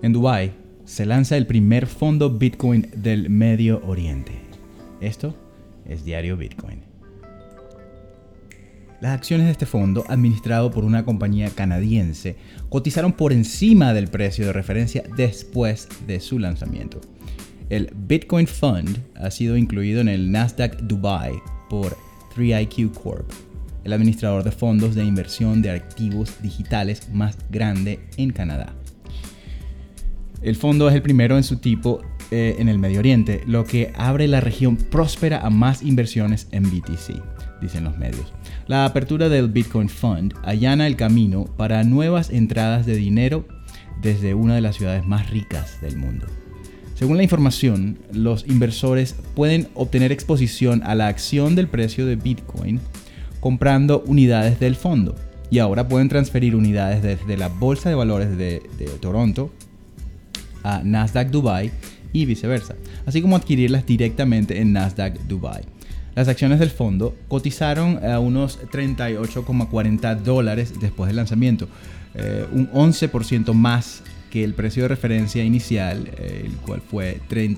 En Dubái se lanza el primer fondo Bitcoin del Medio Oriente. Esto es Diario Bitcoin. Las acciones de este fondo, administrado por una compañía canadiense, cotizaron por encima del precio de referencia después de su lanzamiento. El Bitcoin Fund ha sido incluido en el Nasdaq Dubai por 3iQ Corp, el administrador de fondos de inversión de activos digitales más grande en Canadá. El fondo es el primero en su tipo en el Medio Oriente, lo que abre la región próspera a más inversiones en BTC, dicen los medios. La apertura del Bitcoin Fund allana el camino para nuevas entradas de dinero desde una de las ciudades más ricas del mundo. Según la información, los inversores pueden obtener exposición a la acción del precio de Bitcoin comprando unidades del fondo, y ahora pueden transferir unidades desde la Bolsa de Valores de Toronto a Nasdaq Dubai y viceversa, así como adquirirlas directamente en Nasdaq Dubai. Las acciones del fondo cotizaron a unos $38,40 después del lanzamiento, un 11% más que el precio de referencia inicial, el cual fue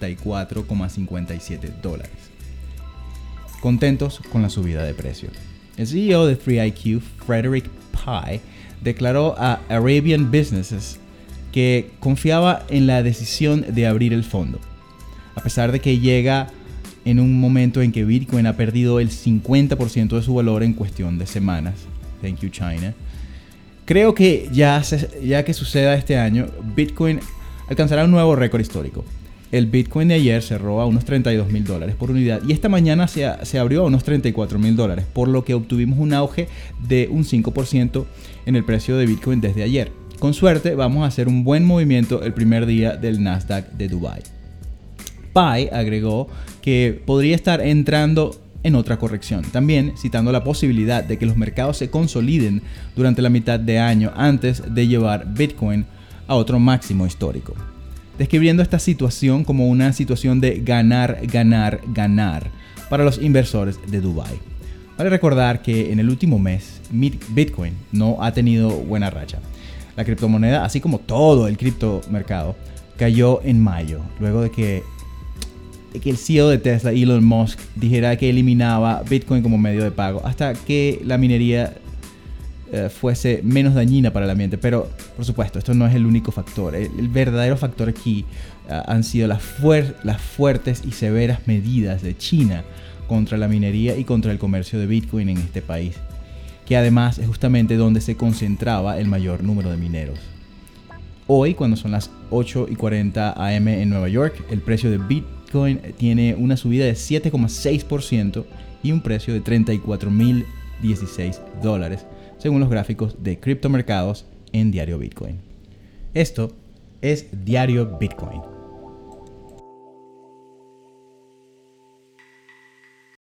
$34,57. Contentos con la subida de precio. El CEO de 3iQ, Frederick Pai, declaró a Arabian Businesses que confiaba en la decisión de abrir el fondo, a pesar de que llega en un momento en que Bitcoin ha perdido el 50% de su valor en cuestión de semanas. Thank you, China. Creo que ya que suceda este año, Bitcoin alcanzará un nuevo récord histórico. El Bitcoin de ayer cerró a unos $32,000 por unidad y esta mañana se abrió a unos $34,000, por lo que obtuvimos un auge de un 5% en el precio de Bitcoin desde ayer. Con suerte vamos a hacer un buen movimiento el primer día del Nasdaq de Dubai. Pai agregó que podría estar entrando en otra corrección, también citando la posibilidad de que los mercados se consoliden durante la mitad de año antes de llevar Bitcoin a otro máximo histórico, describiendo esta situación como una situación de ganar, ganar, ganar para los inversores de Dubái. Vale recordar que en el último mes Bitcoin no ha tenido buena racha. La criptomoneda, así como todo el criptomercado, cayó en mayo, luego de que el CEO de Tesla, Elon Musk, dijera que eliminaba Bitcoin como medio de pago hasta que la minería fuese menos dañina para el ambiente. Pero, por supuesto, esto no es el único factor. El verdadero factor aquí han sido las fuertes y severas medidas de China contra la minería y contra el comercio de Bitcoin en este país, que además es justamente donde se concentraba el mayor número de mineros. Hoy, cuando son las 8:40 AM en Nueva York, el precio de Bitcoin tiene una subida de 7,6% y un precio de $34,016, según los gráficos de criptomercados en Diario Bitcoin. Esto es Diario Bitcoin.